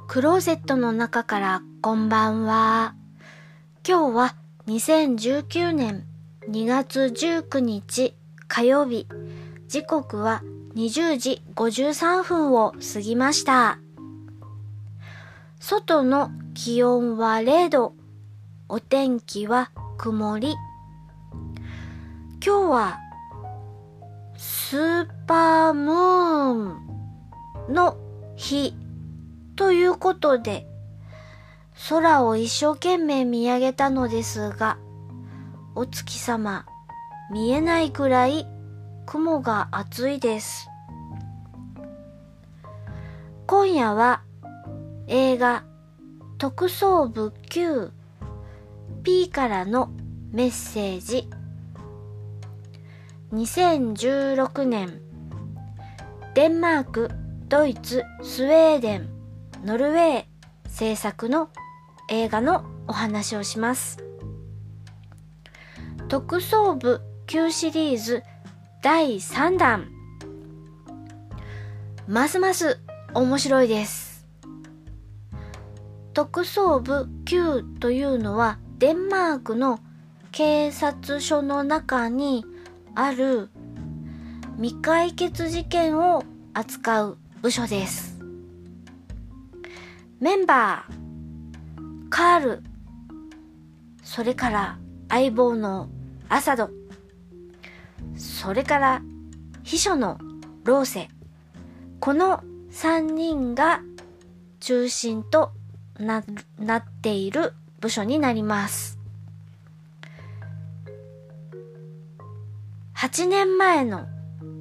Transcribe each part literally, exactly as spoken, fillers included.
クローゼットの中からこんばんは。今日はにせんじゅうきゅうねんにがつじゅうくにち火曜日。時刻はにじゅうじごじゅうさんぷんを過ぎました。外の気温はれいど。お天気は曇り。今日はスーパームーンの日ということで、空を一生懸命見上げたのですが、お月様見えないくらい雲が厚いです。今夜は映画特捜部きゅう P からのメッセージ。にせんじゅうろくねん、デンマーク、ドイツ、スウェーデン、ノルウェー制作の映画のお話をします。特捜部きゅうシリーズだいさんだん。ますます面白いです。特捜部きゅうというのはデンマークの警察署の中にある未解決事件を扱う部署です。メンバー、カール、それから相棒のアサド、それから秘書のローセ、このさんにんが中心と な, なっている部署になります。はちねんまえの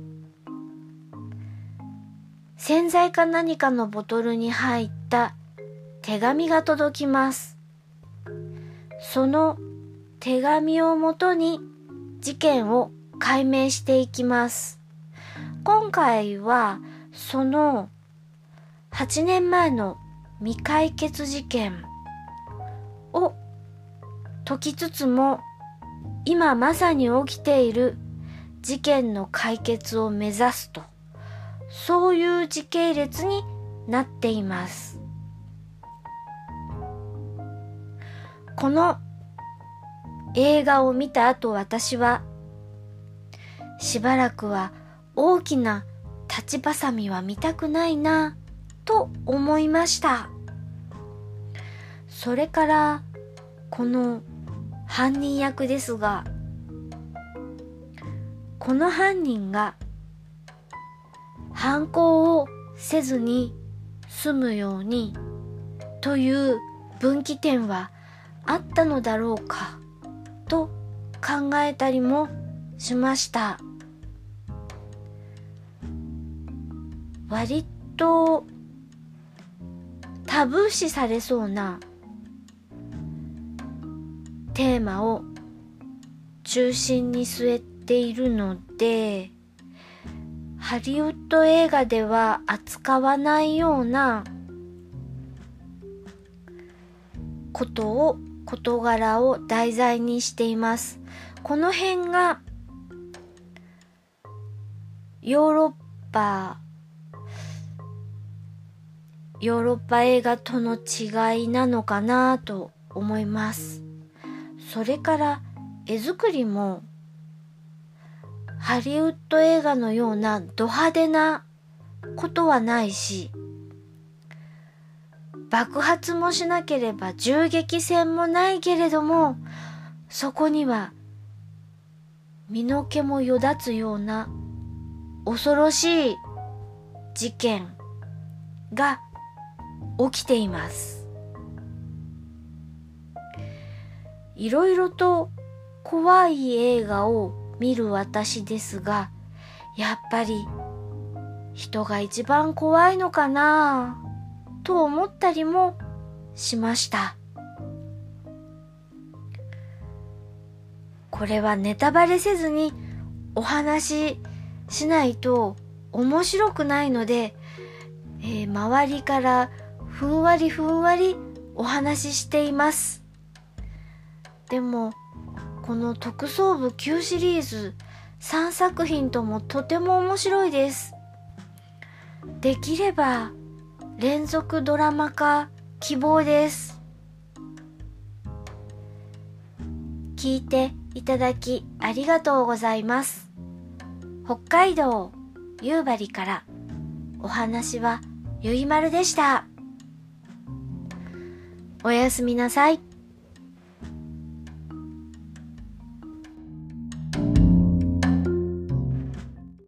洗剤か何かのボトルに入った手紙が届きます。その手紙をもとに事件を解明していきます。今回はそのはちねんまえの未解決事件を解きつつも、今まさに起きている事件の解決を目指すと、そういう時系列になっています。この映画を見た後、私はしばらくは大きな立ちばさみは見たくないなと思いました。それからこの犯人役ですが、この犯人が犯行をせずに済むようにという分岐点はあったのだろうかと考えたりもしました。割とタブー視されそうなテーマを中心に据えているので、ハリウッド映画では扱わないようなことを事柄を題材にしています。この辺がヨーロッパヨーロッパ映画との違いなのかなと思います。それから絵作りもハリウッド映画のようなド派手なことはないし、爆発もしなければ銃撃戦もないけれども、そこには身の毛もよだつような恐ろしい事件が起きています。いろいろと怖い映画を見る私ですが、やっぱり人が一番怖いのかなと思ったりもしました。これはネタバレせずにお話ししないと面白くないので、えー、周りからふんわりふんわりお話ししています。でもこの特捜部きゅうシリーズさんさくひんともとても面白いです。できれば連続ドラマ化希望です。聞いていただきありがとうございます。北海道夕張からお話はゆいまるでした。おやすみなさい。